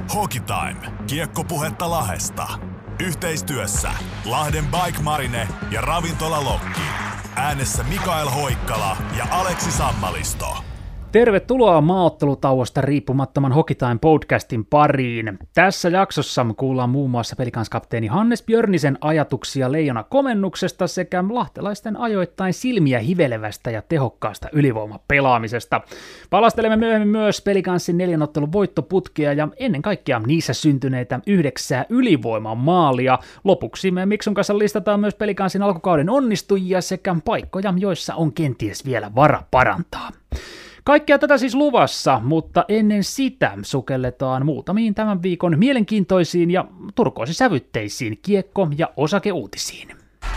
Hockey Time. Kiekkopuhetta Lahdesta. Yhteistyössä Lahden Bike Marine ja Ravintola Lokki. Äänessä Mikael Hoikkala ja Aleksi Sammalisto. Tervetuloa maaottelutauosta riippumattoman Hockey Time podcastin pariin. Tässä jaksossa kuullaan muun muassa Pelikans-kapteeni Hannes Björnisen ajatuksia Leijona-komennuksesta sekä lahtelaisten ajoittain silmiä hivelevästä ja tehokkaasta ylivoimapelaamisesta. Palastelemme myöhemmin myös Pelikansin 4 ottelun voittoputkea ja ennen kaikkea niissä syntyneitä 9 ylivoimamaalia. Lopuksi me Miksun kanssa listataan myös Pelikansin alkukauden onnistujia sekä paikkoja, joissa on kenties vielä vara parantaa. Kaikkea tätä siis luvassa, mutta ennen sitä sukelletaan muutamiin tämän viikon mielenkiintoisiin ja turkoosisävytteisiin kiekko- ja osakeuutisiin.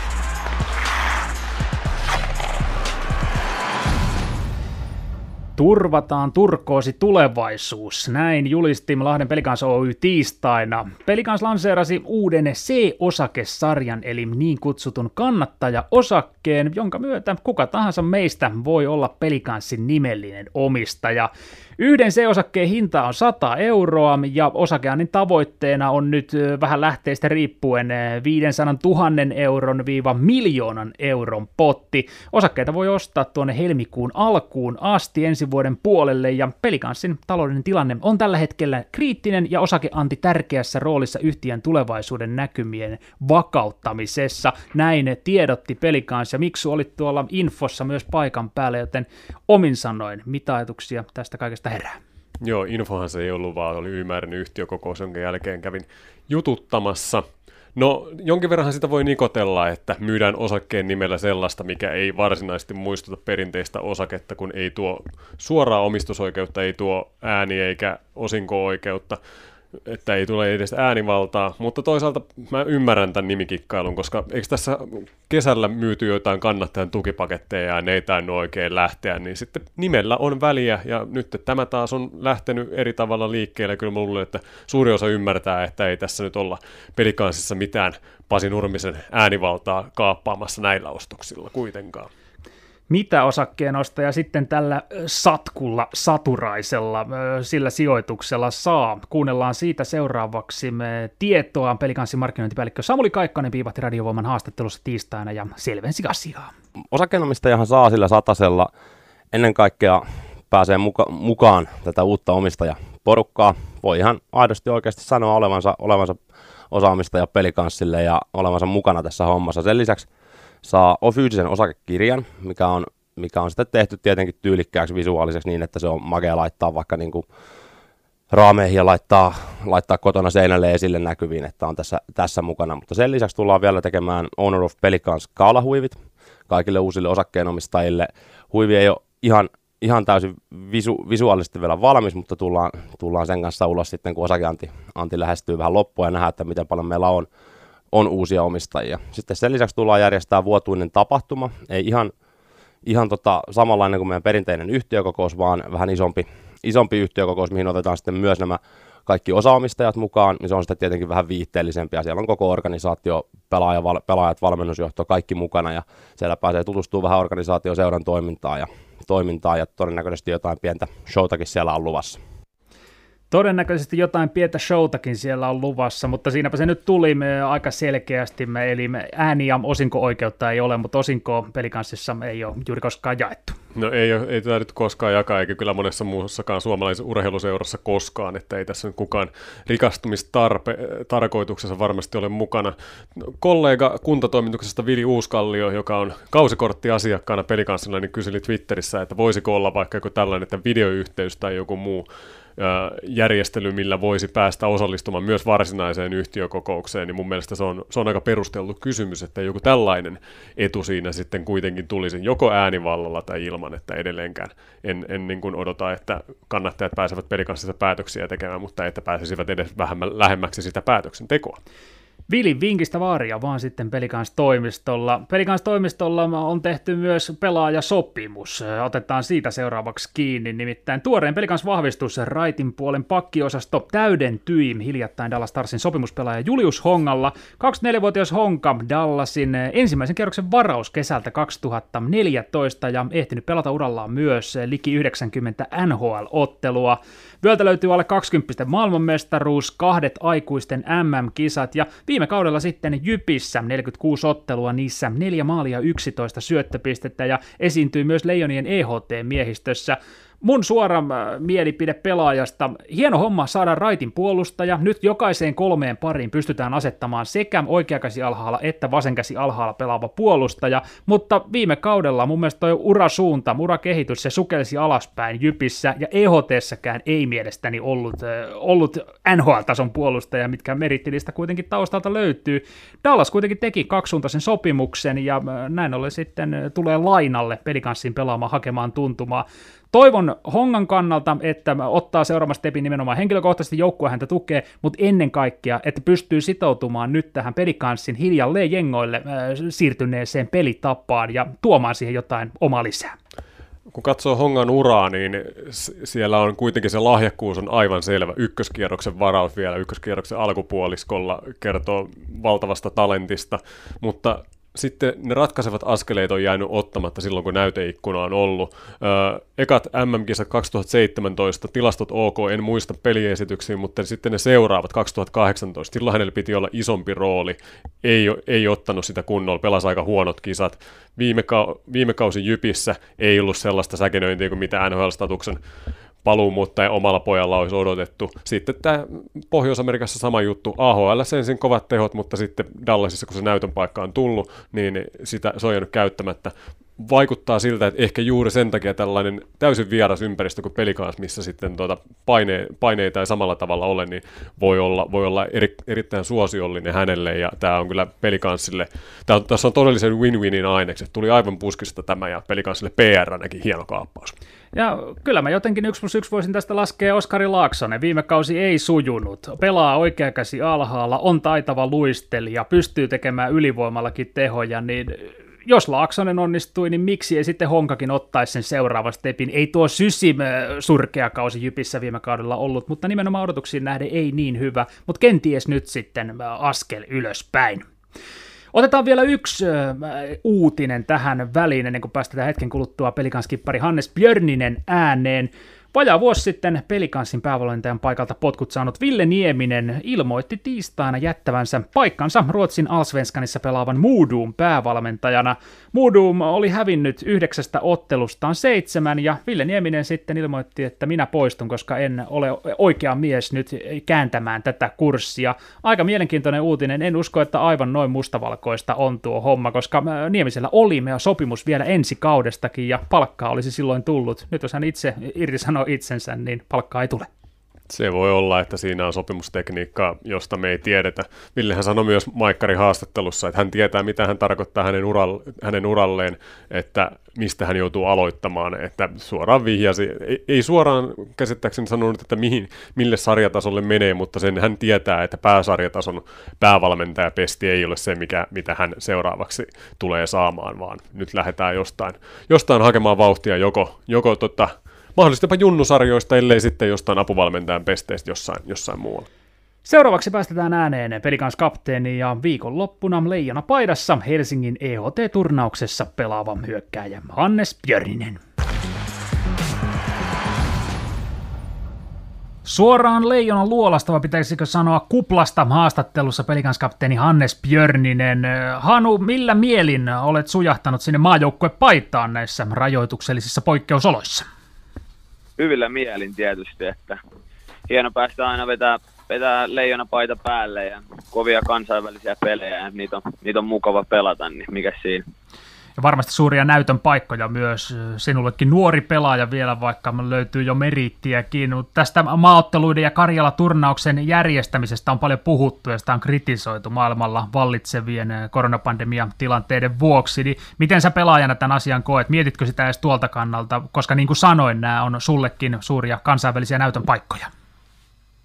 Turvataan turkoosi tulevaisuus. Näin julisti Lahden Pelikans Oy tiistaina. Pelikans lanseerasi uuden C-osakesarjan, eli niin kutsutun kannattajaosakkeen, jonka myötä kuka tahansa meistä voi olla Pelikansin nimellinen omistaja. Yhden C-osakkeen hinta on 100 euroa ja osakeannin tavoitteena on nyt vähän lähteistä riippuen 500 000 euron viiva 1 000 000 euron potti. Osakkeita voi ostaa tuonne helmikuun alkuun asti ensi vuoden puolelle ja Pelikansin taloudellinen tilanne on tällä hetkellä kriittinen ja osakeanti tärkeässä roolissa yhtiön tulevaisuuden näkymien vakauttamisessa. Näin tiedotti Pelikans ja Miksu olit tuolla infossa myös paikan päällä, joten omin sanoin, mitä ajatuksia tästä kaikesta herää? Joo, infohan se ei ollut, vaan oli ylimääräinen yhtiökokous, jonka jälkeen kävin jututtamassa. No, jonkin verran sitä voi nikotella, että myydään osakkeen nimellä sellaista, mikä ei varsinaisesti muistuta perinteistä osaketta, kun ei tuo suoraa omistusoikeutta, ei tuo ääni eikä osinko-oikeutta, että ei tule edes äänivaltaa, mutta toisaalta mä ymmärrän tämän nimikikkailun, koska eikö tässä kesällä myyty jotain kannattajan tukipaketteja ja ne ei tainnut oikein lähteä, niin sitten nimellä on väliä ja nyt tämä taas on lähtenyt eri tavalla liikkeelle. Kyllä mä luulen, että suuri osa ymmärtää, että ei tässä nyt olla Pelikansissa mitään Pasi Nurmisen äänivaltaa kaappaamassa näillä ostoksilla kuitenkaan. Mitä osakkeenostaja sitten tällä satkulla, saturaisella, sillä sijoituksella saa? Kuunnellaan siitä seuraavaksi tietoa. Pelikansin markkinointipäällikkö Samuli Kaikkonen piivahti Radiovoiman haastattelussa tiistaina ja selvensi asiaa. Osakkeenomistajahan saa sillä satasella ennen kaikkea pääsee mukaan tätä uutta omistajaporukkaa. Voi ihan aidosti oikeasti sanoa olevansa osaamistaja Pelikanssille ja olevansa mukana tässä hommassa. Sen lisäksi saa fyysisen osakekirjan, mikä on sitten tehty tietenkin tyylikkääksi visuaaliseksi niin, että se on makea laittaa vaikka niin kuin raameihin ja laittaa kotona seinälle esille näkyviin, että on tässä mukana. Mutta sen lisäksi tullaan vielä tekemään Owner of Pelicans kaulahuivit kaikille uusille osakkeenomistajille. Huivi ei ole ihan täysin visuaalisesti vielä valmis, mutta tullaan sen kanssa ulos sitten, kun osakeanti lähestyy vähän loppua ja nähdään, että miten paljon meillä on uusia omistajia. Sitten sen lisäksi tullaan järjestää vuotuinen tapahtuma, ei ihan samanlainen kuin meidän perinteinen yhtiökokous, vaan vähän isompi yhtiökokous, mihin otetaan sitten myös nämä kaikki osaomistajat mukaan, niin se on sitten tietenkin vähän viihteellisempi, ja siellä on koko organisaatio, pelaajat, valmennusjohto, kaikki mukana, ja siellä pääsee tutustumaan vähän organisaatioseuran toimintaan, ja todennäköisesti jotain pientä showtakin siellä on luvassa. Todennäköisesti jotain pientä showtakin siellä on luvassa, mutta siinäpä se nyt tuli aika selkeästi, eli ääni- ja osinko-oikeutta ei ole, mutta osinko Pelikanssissa ei ole juuri koskaan jaettu. No ei tätä nyt koskaan jakaa, eikä kyllä monessa muussakaan suomalaisessa urheiluseurassa koskaan, että ei tässä nyt kukaan rikastumistarkoituksessa varmasti ole mukana. Kollega kuntatoimituksesta Vili Uuskallio, joka on kausikorttiasiakkaana Pelikanssilla, niin kyseli Twitterissä, että voisiko olla vaikka joku tällainen, että videoyhteys tai joku muu järjestely, millä voisi päästä osallistumaan myös varsinaiseen yhtiökokoukseen, niin mun mielestä se on aika perusteltu kysymys, että joku tällainen etu siinä sitten kuitenkin tulisi joko äänivallalla tai ilman, että edelleenkään en niin kuin odota, että kannattajat pääsevät Pelikanssissa päätöksiä tekemään, mutta että pääsisivät edes vähän lähemmäksi sitä päätöksentekoa. Vilin vinkistä vaaria vaan sitten Pelikans-toimistolla. Pelikans-toimistolla on tehty myös pelaajasopimus. Otetaan siitä seuraavaksi kiinni. Nimittäin tuoreen Pelikans-vahvistus raitin puolen pakkiosasto täydentyi hiljattain Dallas Starsin sopimuspelaaja Julius Hongalla. 24-vuotias Honka Dallasin ensimmäisen kierroksen varaus kesältä 2014 ja ehtinyt pelata urallaan myös liki 90 NHL-ottelua. Vyöltä löytyy alle 20 maailmanmestaruus, 2 aikuisten MM-kisat ja viime kaudella sitten Jypissä 46 ottelua, niissä 4 maalia 11 syöttöpistettä ja esiintyi myös Leijonien EHT-miehistössä. Mun suora mielipide pelaajasta, hieno homma saada raitin puolustaja, nyt jokaiseen 3 pariin pystytään asettamaan sekä oikeakäsi alhaalla että vasenkäsi alhaalla pelaava puolustaja, mutta viime kaudella mun mielestä toi urasuunta, urakehitys, se sukelsi alaspäin Jypissä ja EHT-säkään ei mielestäni ollut NHL-tason puolustaja, mitkä merittilistä kuitenkin taustalta löytyy. Dallas kuitenkin teki kaksisuuntaisen sopimuksen ja näin ollen sitten tulee lainalle Pelikanssin pelaamaan hakemaan tuntumaa. Toivon Hongan kannalta, että ottaa seuraavan stepin nimenomaan henkilökohtaisesti, joukkue häntä tukee, mutta ennen kaikkea, että pystyy sitoutumaan nyt tähän Pelikanssin hiljalleen jengoille siirtyneeseen pelitapaan ja tuomaan siihen jotain omaa lisää. Kun katsoo Hongan uraa, niin siellä on kuitenkin se lahjakkuus on aivan selvä. Ykköskierroksen varaus vielä, ykköskierroksen alkupuoliskolla kertoo valtavasta talentista, mutta sitten ne ratkaisevat askeleet on jäänyt ottamatta silloin, kun näyteikkuna on ollut. Ekat MM-kisat 2017, tilastot ok, en muista peliesityksiä, mutta sitten ne seuraavat 2018. Silloin hänellä piti olla isompi rooli, ei ottanut sitä kunnolla, pelasi aika huonot kisat. Viime kausi Jypissä ei ollut sellaista säkenöintiä kuin mitä NHL-statuksen paluumuuttaja omalla pojalla olisi odotettu. Sitten tämä Pohjois-Amerikassa sama juttu. AHL ensin kovat tehot, mutta sitten Dallasissa, kun se näytön paikka on tullut, niin se on jäänyt käyttämättä. Vaikuttaa siltä, että ehkä juuri sen takia tällainen täysin vieras ympäristö kuin Pelikans, missä sitten paineita ei samalla tavalla ole, niin voi olla erittäin suosiollinen hänelle, ja tämä on kyllä Pelikansille, tässä on todellisen win-winin ainekset. Tuli aivan puskista tämä, ja Pelikansille PR-näkin hieno kaappaus. Ja kyllä mä jotenkin 1+1 voisin tästä laskea Oskari Laaksonen. Viime kausi ei sujunut. Pelaa oikeakäsi alhaalla, on taitava luistelija, pystyy tekemään ylivoimallakin tehoja, niin jos Laaksonen onnistui, niin miksi ei sitten Honkakin ottaisi sen seuraavan stepin? Ei tuo surkea kausi Jypissä viime kaudella ollut, mutta nimenomaan odotuksiin nähden ei niin hyvä, mutta kenties nyt sitten askel ylöspäin. Otetaan vielä yksi uutinen tähän väliin, ennen kuin päästetään hetken kuluttua Pelikanskippari Hannes Björninen ääneen. Vajaa vuosi sitten Pelikanssin päävalmentajan paikalta potkut saanut Ville Nieminen ilmoitti tiistaina jättävänsä paikkansa Ruotsin Allsvenskanissa pelaavan Modoon päävalmentajana. Modoon oli hävinnyt 9 ottelustaan 7 ja Ville Nieminen sitten ilmoitti, että minä poistun, koska en ole oikea mies nyt kääntämään tätä kurssia. Aika mielenkiintoinen uutinen, en usko, että aivan noin mustavalkoista on tuo homma, koska Niemisellä oli sopimus vielä ensi kaudestakin ja palkkaa olisi silloin tullut. Nyt jos hän itse irtisanoo itsensä, niin palkkaa ei tule. Se voi olla, että siinä on sopimustekniikkaa, josta me ei tiedetä. Villehän sanoi myös Maikkarin haastattelussa, että hän tietää, mitä hän tarkoittaa hänen uralleen, että mistä hän joutuu aloittamaan, että suoraan vihjasi. Ei suoraan käsittääkseni sanonut, että mille sarjatasolle menee, mutta sen hän tietää, että pääsarjatason päävalmentajapesti ei ole se, mitä hän seuraavaksi tulee saamaan, vaan nyt lähdetään jostain hakemaan vauhtia joko mahdollisesti jopa junnusarjoista, ellei sitten jostain apuvalmentajan pesteistä jossain muualla. Seuraavaksi päästetään ääneen Pelikans-kapteeni ja viikonloppuna leijona paidassa Helsingin EHT-turnauksessa pelaava hyökkääjä Hannes Björninen. Suoraan leijonan luolasta, vai pitäisikö sanoa kuplasta haastattelussa Pelikans-kapteeni Hannes Björninen. Hanu, millä mielin olet sujahtanut sinne maajoukkuepaitaan näissä rajoituksellisissa poikkeusoloissa? Hyvillä mielin tietysti, että hieno päästä aina vetää leijonapaita päälle ja kovia kansainvälisiä pelejä ja niitä on mukava pelata, niin mikä siinä. Ja varmasti suuria näytön paikkoja myös sinullekin nuori pelaaja vielä, vaikka löytyy jo meriittiäkin. Tästä maaotteluiden ja Karjala-turnauksen järjestämisestä on paljon puhuttu ja sitä on kritisoitu maailmalla vallitsevien koronapandemian tilanteiden vuoksi. Niin miten sä pelaajana tämän asian koet? Mietitkö sitä edes tuolta kannalta? Koska niin kuin sanoin, nämä on sullekin suuria kansainvälisiä näytön paikkoja.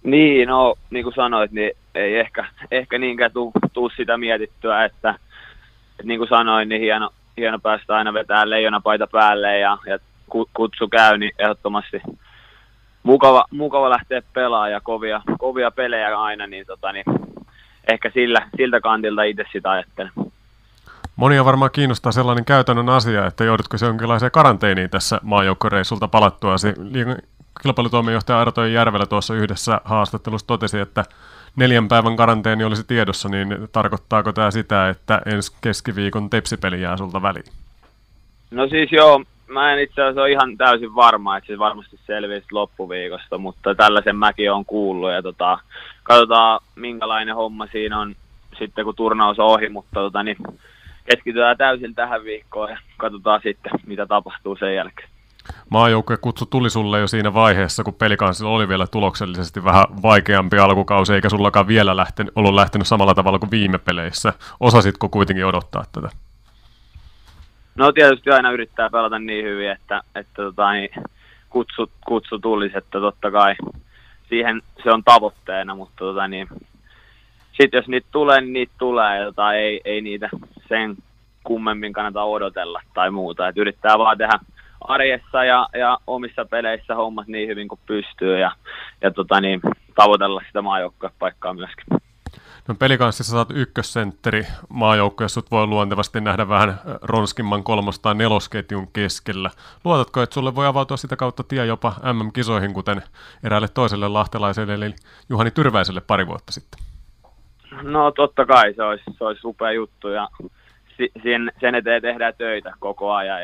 Niin, no niin kuin sanoit, niin ei ehkä niinkään tuu sitä mietittyä, että niin kuin sanoin, niin hieno päästä aina vetää leijonapaita päälle ja kutsu käy, niin ehdottomasti mukava lähteä pelaamaan ja kovia pelejä aina, niin, niin ehkä siltä kantilta itse sitä ajattelen. Monia varmaan kiinnostaa sellainen käytännön asia, että joudutko se jonkinlaiseen karanteeniin tässä maajoukkoreissulta palattua. Kilpailutoimijohtaja Arto Järvelä tuossa yhdessä haastattelussa totesi, että 4 päivän karanteeni olisi tiedossa, niin tarkoittaako tämä sitä, että ensi keskiviikon tepsipeli jää sulta väliin? No siis joo, mä en itse asiassa ole ihan täysin varma, että se varmasti selviää loppuviikosta, mutta tällaisen mäkin on kuullut ja katsotaan minkälainen homma siinä on sitten kun turnaus on ohi, mutta niin keskitytään täysin tähän viikkoon ja katsotaan sitten mitä tapahtuu sen jälkeen. Maajoukkueen kutsu tuli sulle jo siinä vaiheessa, kun Pelikansilla oli vielä tuloksellisesti vähän vaikeampi alkukausi, eikä sullakaan vielä ollut lähtenyt samalla tavalla kuin viime peleissä. Osasitko kuitenkin odottaa tätä? No tietysti aina yrittää pelata niin hyvin, että niin kutsu tulisi, että totta kai siihen se on tavoitteena, mutta niin sitten jos niitä tulee, niin niitä tulee ja ei niitä sen kummemmin kannata odotella tai muuta. Et yrittää vaan tehdä arjessa ja omissa peleissä hommat niin hyvin kuin pystyy ja niin tavoitella sitä maajoukkuepaikkaa myöskin. No Pelikanssissa sä oot ykkössentteri maajoukkueessa, sut voi luontevasti nähdä vähän ronskimman 3- tai 4-ketjun keskellä. Luotatko, että sulle voi avautua sitä kautta tie jopa MM-kisoihin, kuten eräälle toiselle lahtelaiselle, eli Juhani Tyrväiselle pari vuotta sitten? No totta kai, se olisi upea juttu ja sen eteen tehdään töitä koko ajan.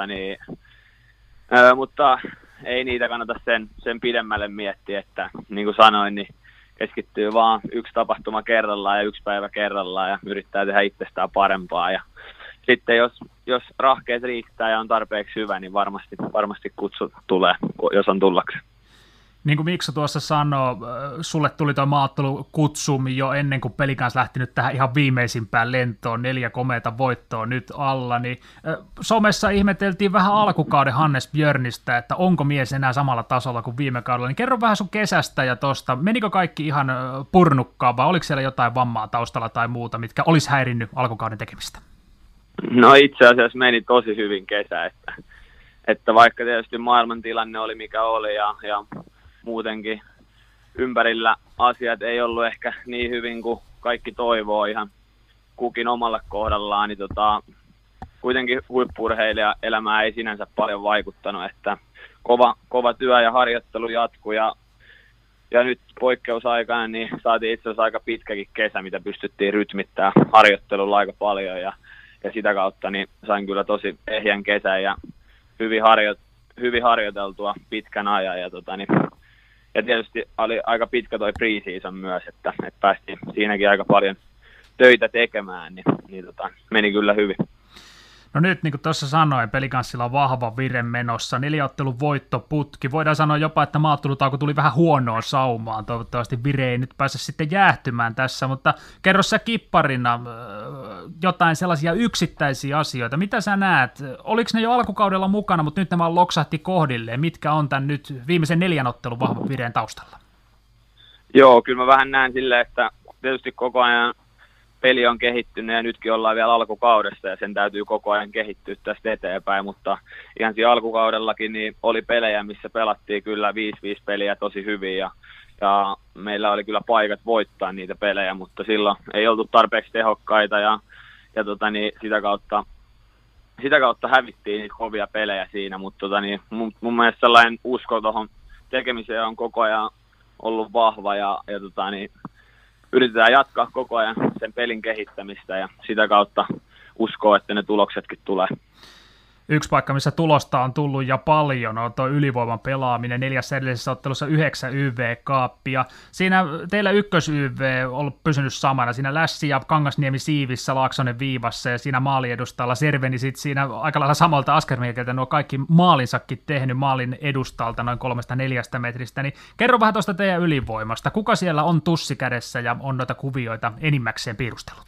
Mutta ei niitä kannata sen pidemmälle miettiä, että niin kuin sanoin, niin keskittyy vaan yksi tapahtuma kerrallaan ja yksi päivä kerrallaan ja yrittää tehdä itsestään parempaa. Ja sitten jos rahkeet riittää ja on tarpeeksi hyvä, niin varmasti kutsu tulee, jos on tullakseen. Niin kuin Mikko tuossa sanoo, sulle tuli tuo maaottelukutsu jo ennen kuin Pelikans lähtenyt tähän ihan viimeisimpään lentoon, 4 komeata voittoa nyt alla, niin somessa ihmeteltiin vähän alkukauden Hannes Björnistä, että onko mies enää samalla tasolla kuin viime kaudella, niin kerro vähän sun kesästä ja tosta, menikö kaikki ihan purnukkaan vai oliko siellä jotain vammaa taustalla tai muuta, mitkä olisi häirinnyt alkukauden tekemistä? No itse asiassa meni tosi hyvin kesä, että vaikka tietysti maailmantilanne oli mikä oli ja muutenkin ympärillä asiat ei ollut ehkä niin hyvin kuin kaikki toivoo ihan kukin omalla kohdallaan, niin kuitenkin huippu-urheilija elämää ei sinänsä paljon vaikuttanut, että kova työ ja harjoittelu jatkui ja nyt poikkeusaikana niin saatiin itse asiassa aika pitkäkin kesä, mitä pystyttiin rytmittämään harjoittelulla aika paljon ja sitä kautta niin sain kyllä tosi ehjän kesän ja hyvin harjoiteltua pitkän ajan ja tietysti oli aika pitkä toi pre-season myös, että päästiin siinäkin aika paljon töitä tekemään, niin meni kyllä hyvin. No nyt, niin kuin tuossa sanoin, Pelikanssilla on vahva vire menossa, 4 ottelun voittoputki. Voidaan sanoa jopa, että maaottelutauko tuli vähän huonoon saumaan. Toivottavasti vire ei nyt pääse sitten jäähtymään tässä, mutta kerro sä kipparina jotain sellaisia yksittäisiä asioita. Mitä sä näet? Oliko ne jo alkukaudella mukana, mutta nyt nämä loksahti kohdilleen? Mitkä on tämän nyt viimeisen 4 ottelun vahvan vireen taustalla? Joo, kyllä mä vähän näen silleen, että tietysti koko ajan peli on kehittynyt ja nytkin ollaan vielä alkukaudessa ja sen täytyy koko ajan kehittyä tästä eteenpäin, mutta ihan siinä alkukaudellakin niin oli pelejä, missä pelattiin kyllä 5-5 peliä tosi hyvin ja meillä oli kyllä paikat voittaa niitä pelejä, mutta silloin ei oltu tarpeeksi tehokkaita ja niin sitä kautta hävittiin niitä kovia pelejä siinä, mutta niin mun mielestä sellainen usko tuohon tekemiseen on koko ajan ollut vahva ja niin yritetään jatkaa koko ajan sen pelin kehittämistä ja sitä kautta uskoo, että ne tuloksetkin tulee. Yksi paikka, missä tulosta on tullut ja paljon, on tuo ylivoiman pelaaminen. 4 edellisessä ottelussa 9 YV-kaappia. Siinä teillä ykkös-YV on ollut pysynyt samana. Siinä Lässi ja Kangasniemi siivissä, Laaksonen viivassa ja siinä maaliedustalla Serveni sitten siinä aika lailla samalta askelmerkiltä nuo kaikki maalinsakin tehnyt maalin edustalta noin 3-4 metristä. Niin kerro vähän tuosta teidän ylivoimasta. Kuka siellä on tussi kädessä ja on noita kuvioita enimmäkseen piirustellut?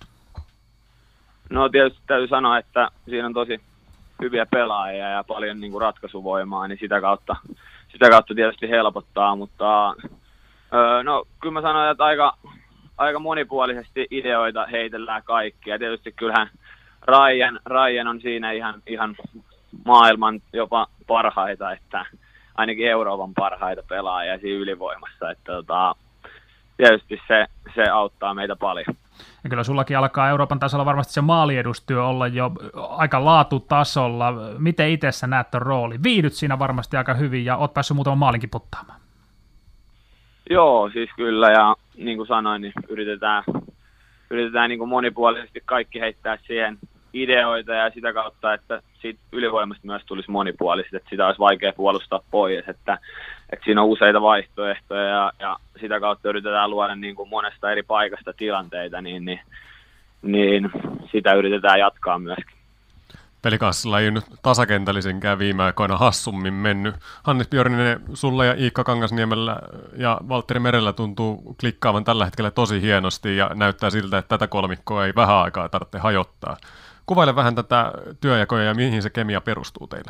No tietysti täytyy sanoa, että siinä on tosi hyviä pelaajia ja paljon niin kuin ratkaisuvoimaa, niin sitä kautta tietysti helpottaa, mutta No kyllä mä sanoin, että aika monipuolisesti ideoita heitellään kaikki. Ja tietysti kyllähän Ryan on siinä ihan maailman jopa parhaita, että ainakin Euroopan parhaita pelaajia siinä ylivoimassa. Että tietysti se auttaa meitä paljon. Ja kyllä sullakin alkaa Euroopan tasolla varmasti se maaliedustyö olla jo aika laatutasolla. Miten itse sä näet ton rooli? Viihdyt siinä varmasti aika hyvin ja oot päässyt muutaman maalinkin puttaamaan. Joo, siis kyllä, ja niin kuin sanoin, niin yritetään niin kuin monipuolisesti kaikki heittää siihen ideoita ja sitä kautta, että siitä ylivoimasta myös tulisi monipuolisesti, että sitä olisi vaikea puolustaa pois, että siinä on useita vaihtoehtoja ja sitä kautta yritetään luoda niin kuin monesta eri paikasta tilanteita, niin sitä yritetään jatkaa myöskin. Pelikanssilla ei nyt tasakentällisenkään viime aikoina hassummin mennyt. Hannes Björninen, sulla ja Iikka Kangasniemellä ja Valtteri Merellä tuntuu klikkaavan tällä hetkellä tosi hienosti ja näyttää siltä, että tätä kolmikkoa ei vähän aikaa tarvitse hajottaa. Kuvaile vähän tätä työjakoa ja mihin se kemia perustuu teille.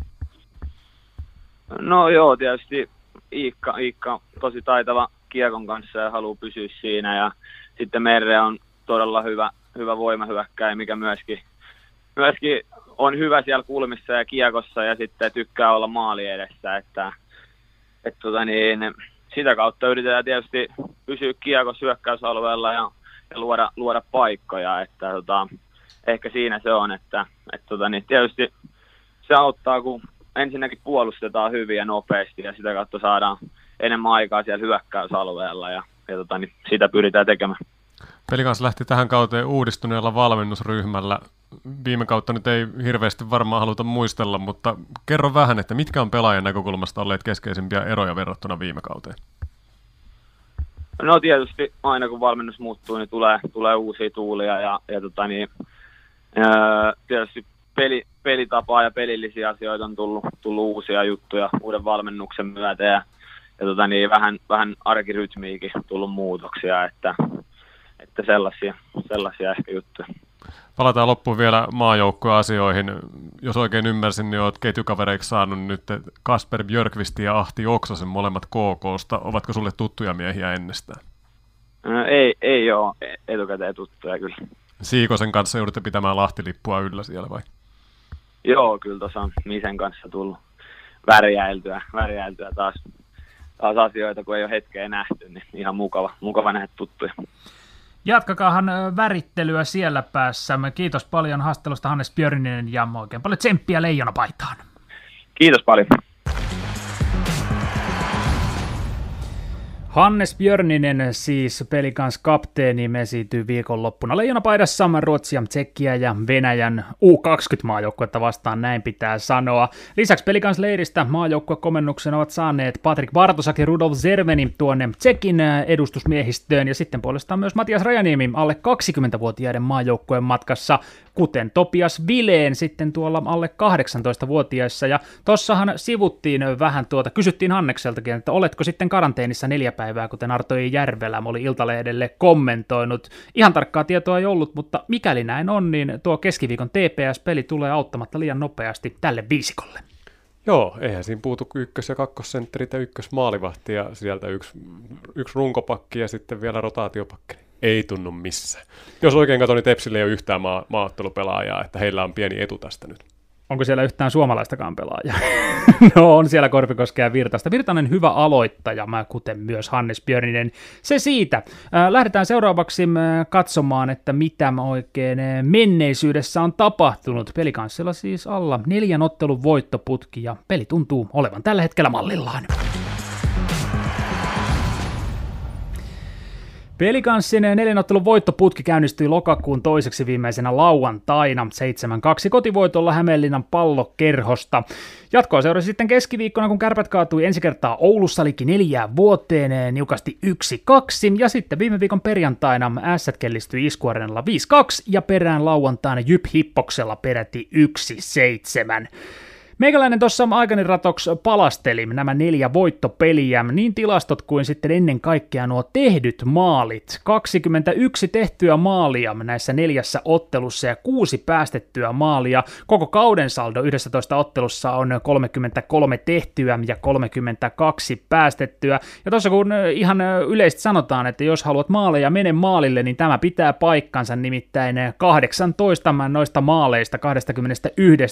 No joo, tietysti Iikka tosi taitava kiekon kanssa ja haluaa pysyä siinä ja sitten Merre on todella hyvä voimahyökkäjä, mikä myöskin on hyvä siellä kulmissa ja kiekossa ja sitten tykkää olla maali edessä, että sitä kautta yritetään tietysti pysyä kiekossa hyökkäysalueella ja luoda paikkoja, että ehkä siinä se on, että tietysti se auttaa, kun ensinnäkin puolustetaan hyvin ja nopeasti ja sitä kautta saadaan enemmän aikaa siellä hyökkäysalueella ja sitä pyritään tekemään. Pelikans lähti tähän kauteen uudistuneella valmennusryhmällä. Viime kautta nyt ei hirveästi varmaan haluta muistella, mutta kerro vähän, että mitkä on pelaajan näkökulmasta olleet keskeisimpiä eroja verrattuna viime kauteen? No tietysti aina kun valmennus muuttuu, niin tulee uusia tuulia ja tietysti pelitapaa ja pelillisiä asioita on tullut uusia juttuja uuden valmennuksen myötä ja vähän arkirytmiikin tullut muutoksia, että sellaisia ehkä juttuja. Palataan loppuun vielä maajoukkueasioihin. Jos oikein ymmärsin, niin olet ketjukavereiksi saanut nyt Kasper Björkvist ja Ahti Oksasen molemmat KK:sta. Ovatko sulle tuttuja miehiä ennestään? Ei ole etukäteen tuttuja kyllä. Siikosen kanssa joudutte pitämään Lahti-lippua yllä siellä vai? Joo, kyllä tuossa on Misen kanssa tullut värjäiltyä taas asioita, kun ei ole hetkeä nähty, niin ihan mukava nähdä tuttuja. Jatkakaahan värittelyä siellä päässä. Kiitos paljon haastattelusta Hannes Björninen ja oikein paljon tsemppiä Leijonapaitaan. Kiitos paljon. Hannes Björninen, siis Pelikans kapteeni, esiintyy viikonloppuna Leijonapaidassa Ruotsia, Tsekkiä ja Venäjän U20-maajoukkuetta vastaan, näin pitää sanoa. Lisäksi Pelikans leiristä maajoukkuekomennuksen ovat saaneet Patrik Bartosak ja Rudolf Zerveni tuonne Tsekin edustusmiehistöön, ja sitten puolestaan myös Matias Rajaniemi alle 20-vuotiaiden maajoukkueen matkassa, kuten Topias Vileen sitten tuolla alle 18-vuotiaissa, ja tossahan sivuttiin vähän kysyttiin Hannekseltakin, että oletko sitten karanteenissa 4 päivää, kuten Arto Järvelä oli Iltalehdelle kommentoinut. Ihan tarkkaa tietoa ei ollut, mutta mikäli näin on, niin tuo keskiviikon TPS-peli tulee auttamatta liian nopeasti tälle viisikolle. Joo, eihän siinä puutu ykkös- ja kakkosentterit ja ykkösmaalivahti ja sieltä yksi runkopakki ja sitten vielä rotaatiopakki. Ei tunnu missään. Jos oikein katson, niin Tepsille ei ole yhtään maaottelupelaajaa, että heillä on pieni etu tästä nyt. Onko siellä yhtään suomalaistakaan pelaajaa? No on siellä Korpikoskea ja Virtasta. Virtanen hyvä aloittaja, kuten myös Hannes Björninen. Se siitä. Lähdetään seuraavaksi katsomaan, että mitä oikein menneisyydessä on tapahtunut. Pelikanssilla siis alla 4 ottelun voittoputki ja peli tuntuu olevan tällä hetkellä mallillaan. Pelikanssin 4 ottelun voittoputki käynnistyi lokakuun toiseksi viimeisenä lauantaina 7-2 kotivoitolla Hämeenlinnan Pallokerhosta. Jatkoa seurasi sitten keskiviikkona, kun Kärpät kaatui ensi kertaa Oulussa liki 4 vuoteen niukasti 1-2, ja sitten viime viikon perjantaina Ässät kellistyi Iskuarenalla 5-2 ja perään lauantaina Jyp Hippoksella peräti 1-7. Meikäläinen tuossa aikani ratoksi palasteli nämä 4 voittopeliä, niin tilastot kuin sitten ennen kaikkea nuo tehdyt maalit. 21 tehtyä maalia näissä 4 ottelussa ja 6 päästettyä maalia. Koko kauden saldo 11 ottelussa on 33 tehtyä ja 32 päästettyä. Ja tuossa kun ihan yleisesti sanotaan, että jos haluat maaleja, mene maalille, niin tämä pitää paikkansa, nimittäin 18 noista maaleista 21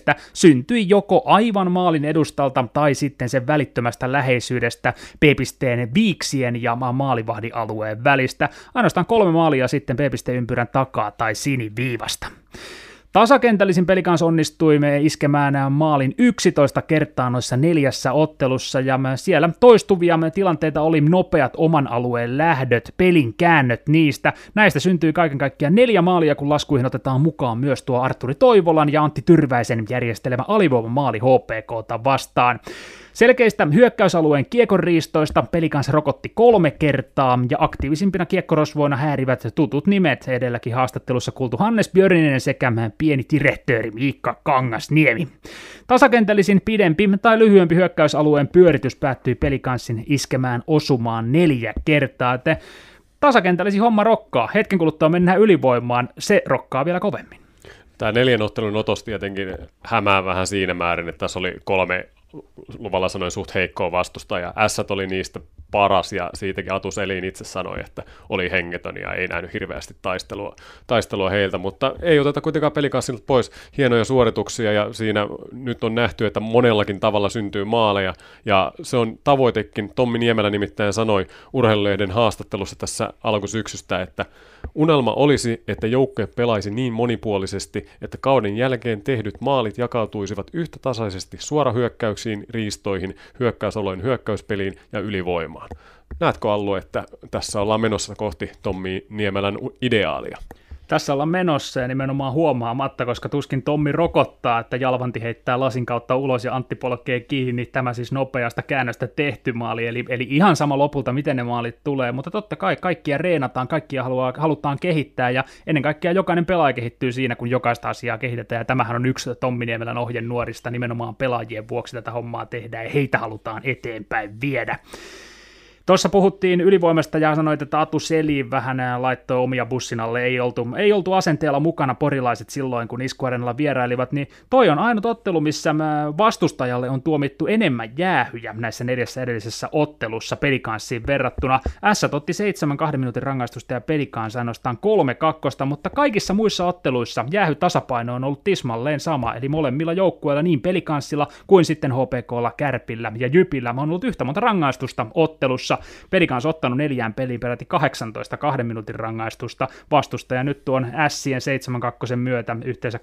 syntyi joko aivan maalin edustalta tai sitten sen välittömästä läheisyydestä B-pisteen viiksien ja maalivahdialueen välistä. Ainoastaan 3 maalia sitten B-pisteen ympyrän takaa tai siniviivasta. Tasakentällisin Pelicans onnistuimme iskemään maalin 11 kertaa noissa 4 ottelussa, ja siellä toistuvia tilanteita oli nopeat oman alueen lähdöt, pelin käännöt niistä. Näistä syntyi kaiken kaikkiaan 4 maalia, kun laskuihin otetaan mukaan myös tuo Artturi Toivolan ja Antti Tyrväisen järjestelevä alivoimamaali HPK:ta vastaan. Selkeistä hyökkäysalueen kiekonriistoista Pelicans rokotti 3 kertaa, ja aktiivisimpina kiekkorosvoina häärivät tutut nimet, edelläkin haastattelussa kuultu Hannes Björninen sekä pieni direhtööri Miikka Kangasniemi. Tasakentällisin pidempi tai lyhyempi hyökkäysalueen pyöritys päättyi Pelicansin iskemään osumaan 4 kertaa. Tasakentällisin homma rokkaa, hetken kuluttua mennään ylivoimaan, se rokkaa vielä kovemmin. Tämä 4 ottelun otos tietenkin hämää vähän siinä määrin, että tässä oli 3 luvalla sanoin suht heikkoa vastusta, ja Ässät oli niistä paras, ja siitäkin Atu Selin itse sanoi, että oli hengetön ja ei nähnyt hirveästi taistelua heiltä, mutta ei oteta kuitenkaan Pelicansilta pois hienoja suorituksia, ja siinä nyt on nähty, että monellakin tavalla syntyy maaleja, ja se on tavoitekin. Tommi Niemelä nimittäin sanoi Urheilulehden haastattelussa tässä alkusyksystä, että unelma olisi, että joukkue pelaisi niin monipuolisesti, että kauden jälkeen tehdyt maalit jakautuisivat yhtä tasaisesti suorahyökkäyksiin, riistoihin, hyökkäysolojen hyökkäyspeliin ja ylivoimaan. Näetkö, Allu, että tässä ollaan menossa kohti Tommi Niemelän ideaalia? Tässä ollaan menossa ja nimenomaan huomaamatta, koska tuskin Tommi rokottaa, että Jalvanti heittää lasin kautta ulos ja Antti polkee kiinni, tämä siis nopeasta käännöstä tehty maali, eli ihan sama lopulta, miten ne maalit tulee, mutta totta kai kaikkia reenataan, kaikkia halutaan kehittää, ja ennen kaikkea jokainen pelaaja kehittyy siinä, kun jokaista asiaa kehitetään, ja tämähän on yksi Tommi Niemelän ohjenuorista, nimenomaan pelaajien vuoksi tätä hommaa tehdään, ja heitä halutaan eteenpäin viedä. Tuossa puhuttiin ylivoimasta ja sanoit, että Atu Selin vähän laittoi omia bussin alle, ei oltu asenteella mukana porilaiset silloin, kun Iskuarenalla vierailivat, niin toi on ainut ottelu, missä vastustajalle on tuomittu enemmän jäähyjä näissä 4 edellisessä ottelussa Pelicansiin verrattuna. Ässät otti 7 2 minuutin rangaistusta ja Pelicans ainoastaan 3 kakkosta, mutta kaikissa muissa otteluissa jäähytasapaino on ollut tismalleen sama, eli molemmilla joukkueilla niin Pelicansilla kuin sitten HPK:lla, Kärpillä ja Jypillä on ollut yhtä monta rangaistusta ottelussa. Pelicans ottanut 4 peliin peräti 18 2 minuutin rangaistusta vastustaja nyt tuon Ässien 7-2 myötä yhteensä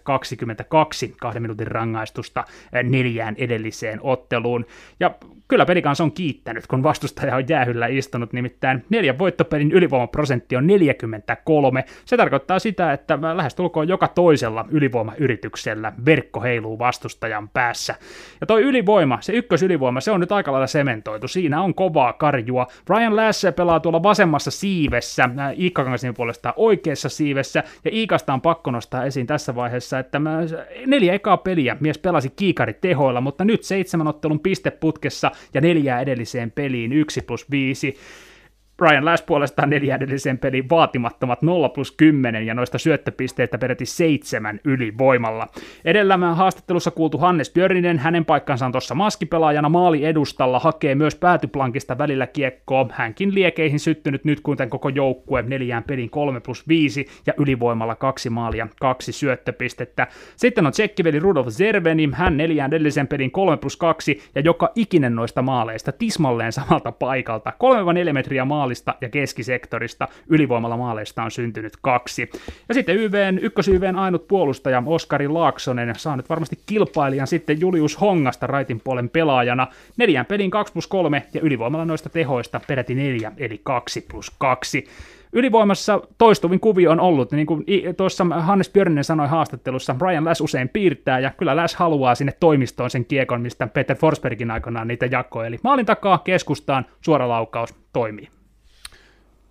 22 2 minuutin rangaistusta 4 edelliseen otteluun. Ja kyllä Pelicans on kiittänyt, kun vastustaja on jäähyllä istunut, nimittäin 4 voittopelin ylivoimaprosentti on 43. Se tarkoittaa sitä, että lähestulkoon joka toisella ylivoimayrityksellä verkko heiluu vastustajan päässä. Ja toi ylivoima, se ykkösylivoima, se on nyt aika lailla sementoitu. Siinä on kovaa karjua. Brian Lasse pelaa tuolla vasemmassa siivessä, Iikka Kangasniemen puolestaan oikeassa siivessä, ja Iikasta on pakko nostaa esiin tässä vaiheessa, että 4 ekaa peliä mies pelasi kiikaritehoilla, mutta nyt 7 ottelun pisteputkessa ja 4 edelliseen peliin 1+5. Brian Lass puolestaan 4 edelliseen peliin vaatimattomat 0+10 ja noista syöttöpisteitä peräti 7 ylivoimalla. Edellä haastattelussa kuultu Hannes Björninen, hänen paikkansa on tuossa maskipelaajana maali edustalla, hakee myös päätyplankista välillä kiekkoa. Hänkin liekeihin syttynyt nyt kuten koko joukkue 4 peliin 3+5 ja ylivoimalla 2 maalia 2 syöttöpistettä. Sitten on tsekkiveli Rudolf Zerveni, hän 4 edellisen pelin 3+2 ja joka ikinen noista maaleista tismalleen samalta paikalta. 3-4 metriä maalista ja keskisektorista, ylivoimalla maaleista on syntynyt 2. Ja sitten ykkös-YVn ainut puolustaja Oskari Laaksonen saa nyt varmasti kilpailijan sitten Julius Hongasta raitin puolen pelaajana. 4 pelin 2+3 ja ylivoimalla noista tehoista peräti 4 eli 2+2. Ylivoimassa toistuvin kuvio on ollut, niin kuin tuossa Hannes Björninen sanoi haastattelussa, Brian Lass usein piirtää, ja kyllä Lass haluaa sinne toimistoon sen kiekon, mistä Peter Forsbergin aikanaan niitä jakoi. Eli maalin takaa keskustaan, suora laukaus, toimii.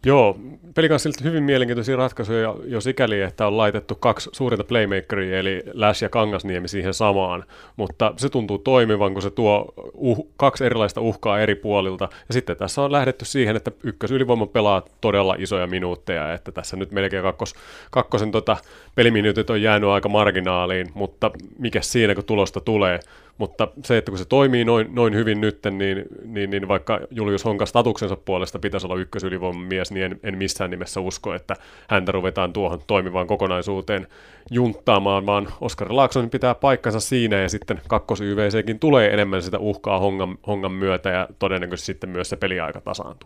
Joo, Pelicansilta hyvin mielenkiintoisia ratkaisuja jo sikäli, että on laitettu 2 suurinta playmakeria, eli Lash ja Kangasniemi siihen samaan, mutta se tuntuu toimivan, kun se tuo 2 erilaista uhkaa eri puolilta, ja sitten tässä on lähdetty siihen, että ykkösylivoima pelaa todella isoja minuutteja, että tässä nyt melkein kakkosen peliminuutit on jäänyt aika marginaaliin, mutta mikä siinä, kun tulosta tulee. Mutta se, että kun se toimii noin hyvin nyt, niin vaikka Julius Honka statuksensa puolesta pitäisi olla ykkösylivoimamies, niin en missään nimessä usko, että häntä ruvetaan tuohon toimivaan kokonaisuuteen junttaamaan, vaan Oskari Laaksonen pitää paikkansa siinä, ja sitten kakkos-YVCkin tulee enemmän sitä uhkaa Hongan myötä, ja todennäköisesti sitten myös se peliaika tasaantuu.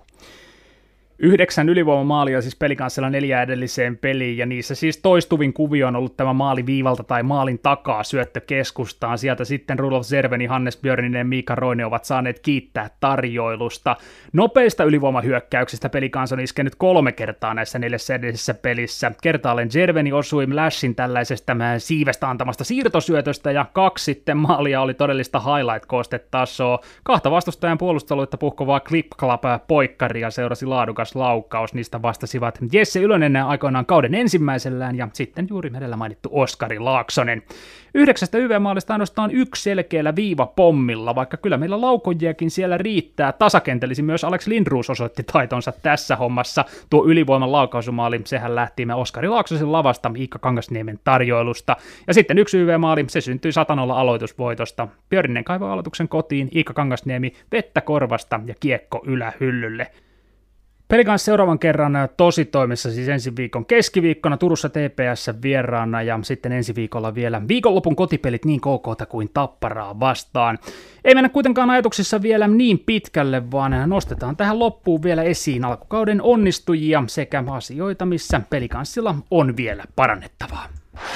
9 ylivoimamaalia siis Pelicansilla 4 edelliseen peliin, ja niissä siis toistuvin kuvio on ollut tämä maali viivalta tai maalin takaa syöttö keskustaan. Sieltä sitten Rudolf Zerveni, Hannes Björninen ja Miika Roine ovat saaneet kiittää tarjoilusta. Nopeista ylivoimahyökkäyksistä Pelicans on iskenyt 3 kertaa näissä 4 edellisessä pelissä. Kertaalleen Zerveni osui Lashin tällaisesta siivestä antamasta siirtosyötöstä, ja 2 sitten maalia oli todellista highlight-koostetasoa. 2 vastustajan puolusteluita puhkovaa clip-clap-poikkaria seurasi laadukas laukaus, niistä vastasivat Jesse Ylönen aikoinaan kauden ensimmäisellään ja sitten juuri edellä mainittu Oskari Laaksonen. 9 YV-maalista ainoastaan 1 selkeällä viivapommilla, vaikka kyllä meillä laukojiakin siellä riittää. Tasakentellisi myös Alex Lindroos osoitti taitonsa tässä hommassa. Tuo ylivoiman laukaisumaali, sehän lähti me Oskari Laaksosen lavasta Iikka Kangasniemen tarjoilusta. Ja sitten 1 YV-maali, se syntyi 100-0 aloitusvoitosta. Björninen kaivoi aloituksen kotiin, Iikka Kangasniemi vettä korvasta ja kiekko ylähyllylle. Pelicans seuraavan kerran tositoimissa siis ensi viikon keskiviikkona Turussa TPS vieraana ja sitten ensi viikolla vielä viikonlopun kotipelit niin KK:ta kuin Tapparaa vastaan. Ei mennä kuitenkaan ajatuksissa vielä niin pitkälle, vaan nostetaan tähän loppuun vielä esiin alkukauden onnistujia sekä asioita, missä Pelicansilla on vielä parannettavaa.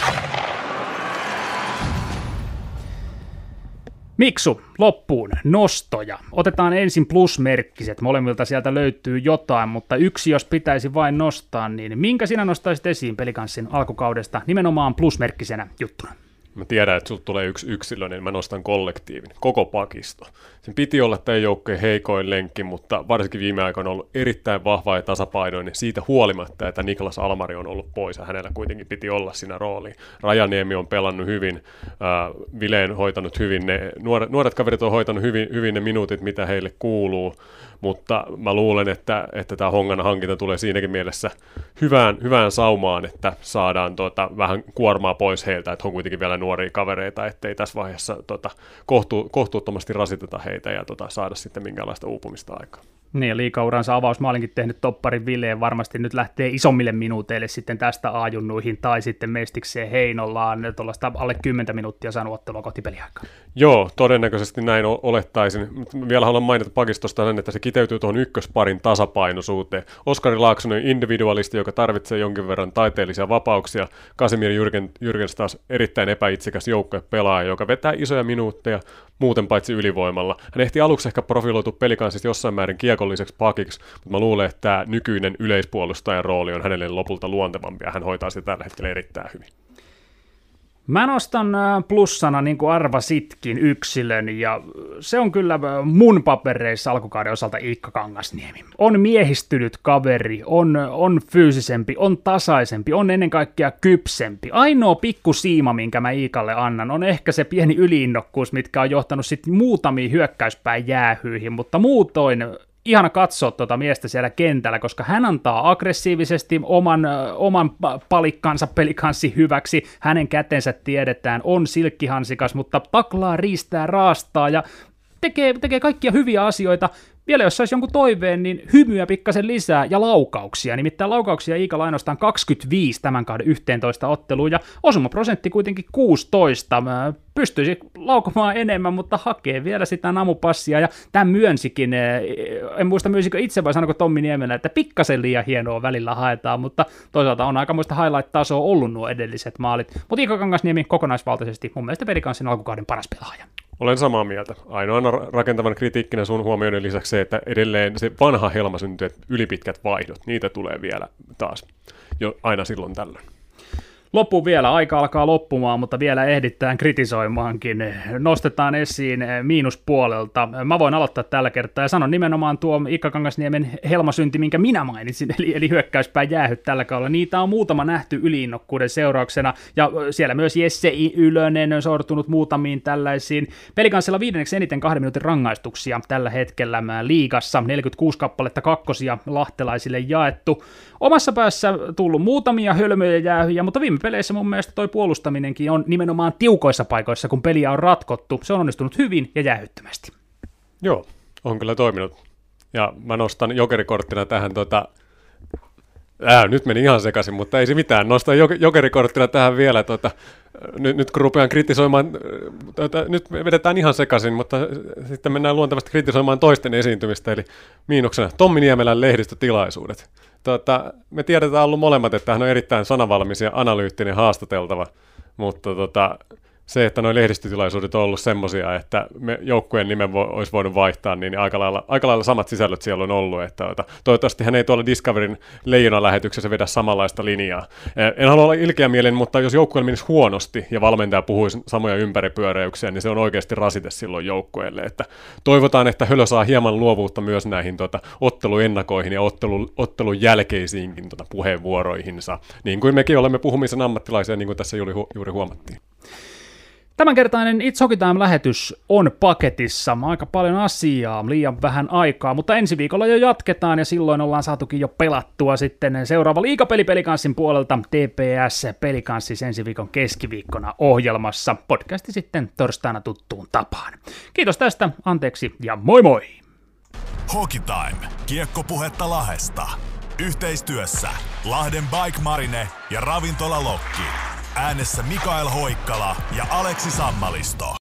Miksu, loppuun, nostoja. Otetaan ensin plusmerkkiset, molemmilta sieltä löytyy jotain, mutta yksi jos pitäisi vain nostaa, niin minkä sinä nostaisit esiin Pelicansin alkukaudesta nimenomaan plusmerkkisenä juttuna? Mä tiedän, että sulta tulee yksi yksilöinen, niin mä nostan kollektiivin, koko pakisto. Sen piti olla tämän joukkojen heikoin lenkki, mutta varsinkin viime aikoina on ollut erittäin vahva ja tasapainoinen siitä huolimatta, että Niklas Almari on ollut pois ja hänellä kuitenkin piti olla siinä rooliin. Rajaniemi on pelannut hyvin, Vileen hoitanut hyvin, ne nuoret kaverit on hoitanut hyvin ne minuutit, mitä heille kuuluu, mutta mä luulen, että tämä Hongan hankinta tulee siinäkin mielessä hyvään saumaan, että saadaan vähän kuormaa pois heiltä, että on kuitenkin vielä nuoria kavereita, ettei tässä vaiheessa kohtuuttomasti rasiteta heitä ja saada sitten minkäänlaista uupumista aikaa. Niin, ja liigauransa avausmaalinkin tehnyt toppari Vileen varmasti nyt lähtee isommille minuuteille sitten tästä A-junnuihin tai sitten Mestikseen Heinolaan tuollaista alle 10 minuuttia saanut ottelua kotipeliaikaan. Joo, todennäköisesti näin olettaisin. Vielä haluan mainita pakistosta sen, että se kiteytyy tuohon ykkösparin tasapainoisuuteen. Oskari Laaksonen individualisti, joka tarvitsee jonkin verran taiteellisia vapauksia. Kasimir Jürgens taas erittäin epäitsikäs joukkuepelaaja, joka vetää isoja minuutteja muuten paitsi ylivoimalla. Hän ehti aluksi ehkä profiloitu Pelicansista jossain määrin kiekolliseksi pakiksi, mutta mä luulen, että tämä nykyinen yleispuolustajan rooli on hänelle lopulta luontevampi ja hän hoitaa sitä tällä hetkellä erittäin hyvin. Mä nostan plussana, niin kuin arvasitkin, yksilön, ja se on kyllä mun papereissa alkukauden osalta Iikka Kangasniemi. On miehistynyt kaveri, on fyysisempi, on tasaisempi, on ennen kaikkea kypsempi. Ainoa pikku siima, minkä mä Iikalle annan, on ehkä se pieni yliinnokkuus, mitkä on johtanut sitten muutamiin hyökkäyspäin jäähyihin, mutta muutoin ihana katsoa tuota miestä siellä kentällä, koska hän antaa aggressiivisesti oman palikkansa Pelicansin hyväksi, hänen kätensä tiedetään, on silkkihansikas, mutta taklaa, riistää, raastaa ja tekee kaikkia hyviä asioita. Vielä jos saisi jonkun toiveen, niin hymyä pikkasen lisää ja laukauksia. Nimittäin laukauksia Iikalla ainoastaan 25 tämän kauden 11 otteluun ja osumaprosentti kuitenkin 16. Pystyisi laukomaan enemmän, mutta hakee vielä sitä namupassia ja tämän myönsikin. En muista myisikö itse vai sanoko Tommi Niemelä, että pikkasen liian hienoa välillä haetaan, mutta toisaalta on aikamoista highlight-tasoa ollut nuo edelliset maalit. Mutta Iikka Kangasniemi kokonaisvaltaisesti mun mielestä Pelicansin alkukauden paras pelaaja. Olen samaa mieltä. Ainoana rakentavan kritiikkinä sun huomioiden lisäksi se, että edelleen se vanha helma syntyy, että ylipitkät vaihdot, niitä tulee vielä taas jo aina silloin tällöin. Loppu vielä, aika alkaa loppumaan, mutta vielä ehditään kritisoimaankin. Nostetaan esiin miinuspuolelta. Mä voin aloittaa tällä kertaa ja sanon nimenomaan tuo Ikka Kangasniemen helmasynti, minkä minä mainitsin, eli hyökkäyspään jäähyt tällä kaudella. Niitä on muutama nähty yliinnokkuuden seurauksena, ja siellä myös Jesse Ylönen on sortunut muutamiin tällaisiin. Pelikansilla 5. eniten 2 minuutin rangaistuksia tällä hetkellä liigassa, 46 kappaletta kakkosia lahtelaisille jaettu. Omassa päässä tullut muutamia hölmöjä jäähyjä, mutta viime peleissä mun mielestä toi puolustaminenkin on nimenomaan tiukoissa paikoissa, kun peliä on ratkottu. Se on onnistunut hyvin ja jäähyttömästi. Joo, on kyllä toiminut. Ja mä nostan jokerikorttina tähän nyt meni ihan sekaisin, mutta ei se mitään. Nostan jokerikorttina tähän vielä. Nyt kun rupean kritisoimaan, nyt vedetään ihan sekaisin, mutta sitten mennään luontevasti kritisoimaan toisten esiintymistä, eli miinuksena Tommi Niemelän lehdistötilaisuudet. Me tiedetään ollut molemmat, että hän on erittäin sanavalmis ja analyyttinen haastateltava, mutta se, että nuo lehdistötilaisuudet on ollut semmoisia, että me joukkueen nimen olisi voinut vaihtaa, niin aika lailla samat sisällöt siellä on ollut. Että toivottavasti hän ei tuolla Discoverin Leijona-lähetyksessä vedä samanlaista linjaa. En halua olla ilkeämielinen, mutta jos joukkueelle menisi huonosti ja valmentaja puhuisi samoja ympäripyöräyksiä, niin se on oikeasti rasite silloin joukkueelle. Että toivotaan, että Hölö saa hieman luovuutta myös näihin otteluennakoihin ja ottelun jälkeisiinkin puheenvuoroihinsa, niin kuin mekin olemme puhumisen ammattilaisia, niin kuin tässä juuri huomattiin. Tämänkertainen It's Hockey Time-lähetys on paketissa. Aika paljon asiaa, liian vähän aikaa, mutta ensi viikolla jo jatketaan ja silloin ollaan saatukin jo pelattua sitten seuraava liigapeli Pelikanssin puolelta TPS Pelikanssis ensi viikon keskiviikkona ohjelmassa. Podcasti sitten torstaina tuttuun tapaan. Kiitos tästä, anteeksi ja moi moi! Hockey Time, kiekkopuhetta Lahdesta. Yhteistyössä Lahden Bike Marine ja Ravintola Lokki. Äänessä Mikael Hoikkala ja Aleksi Sammalisto.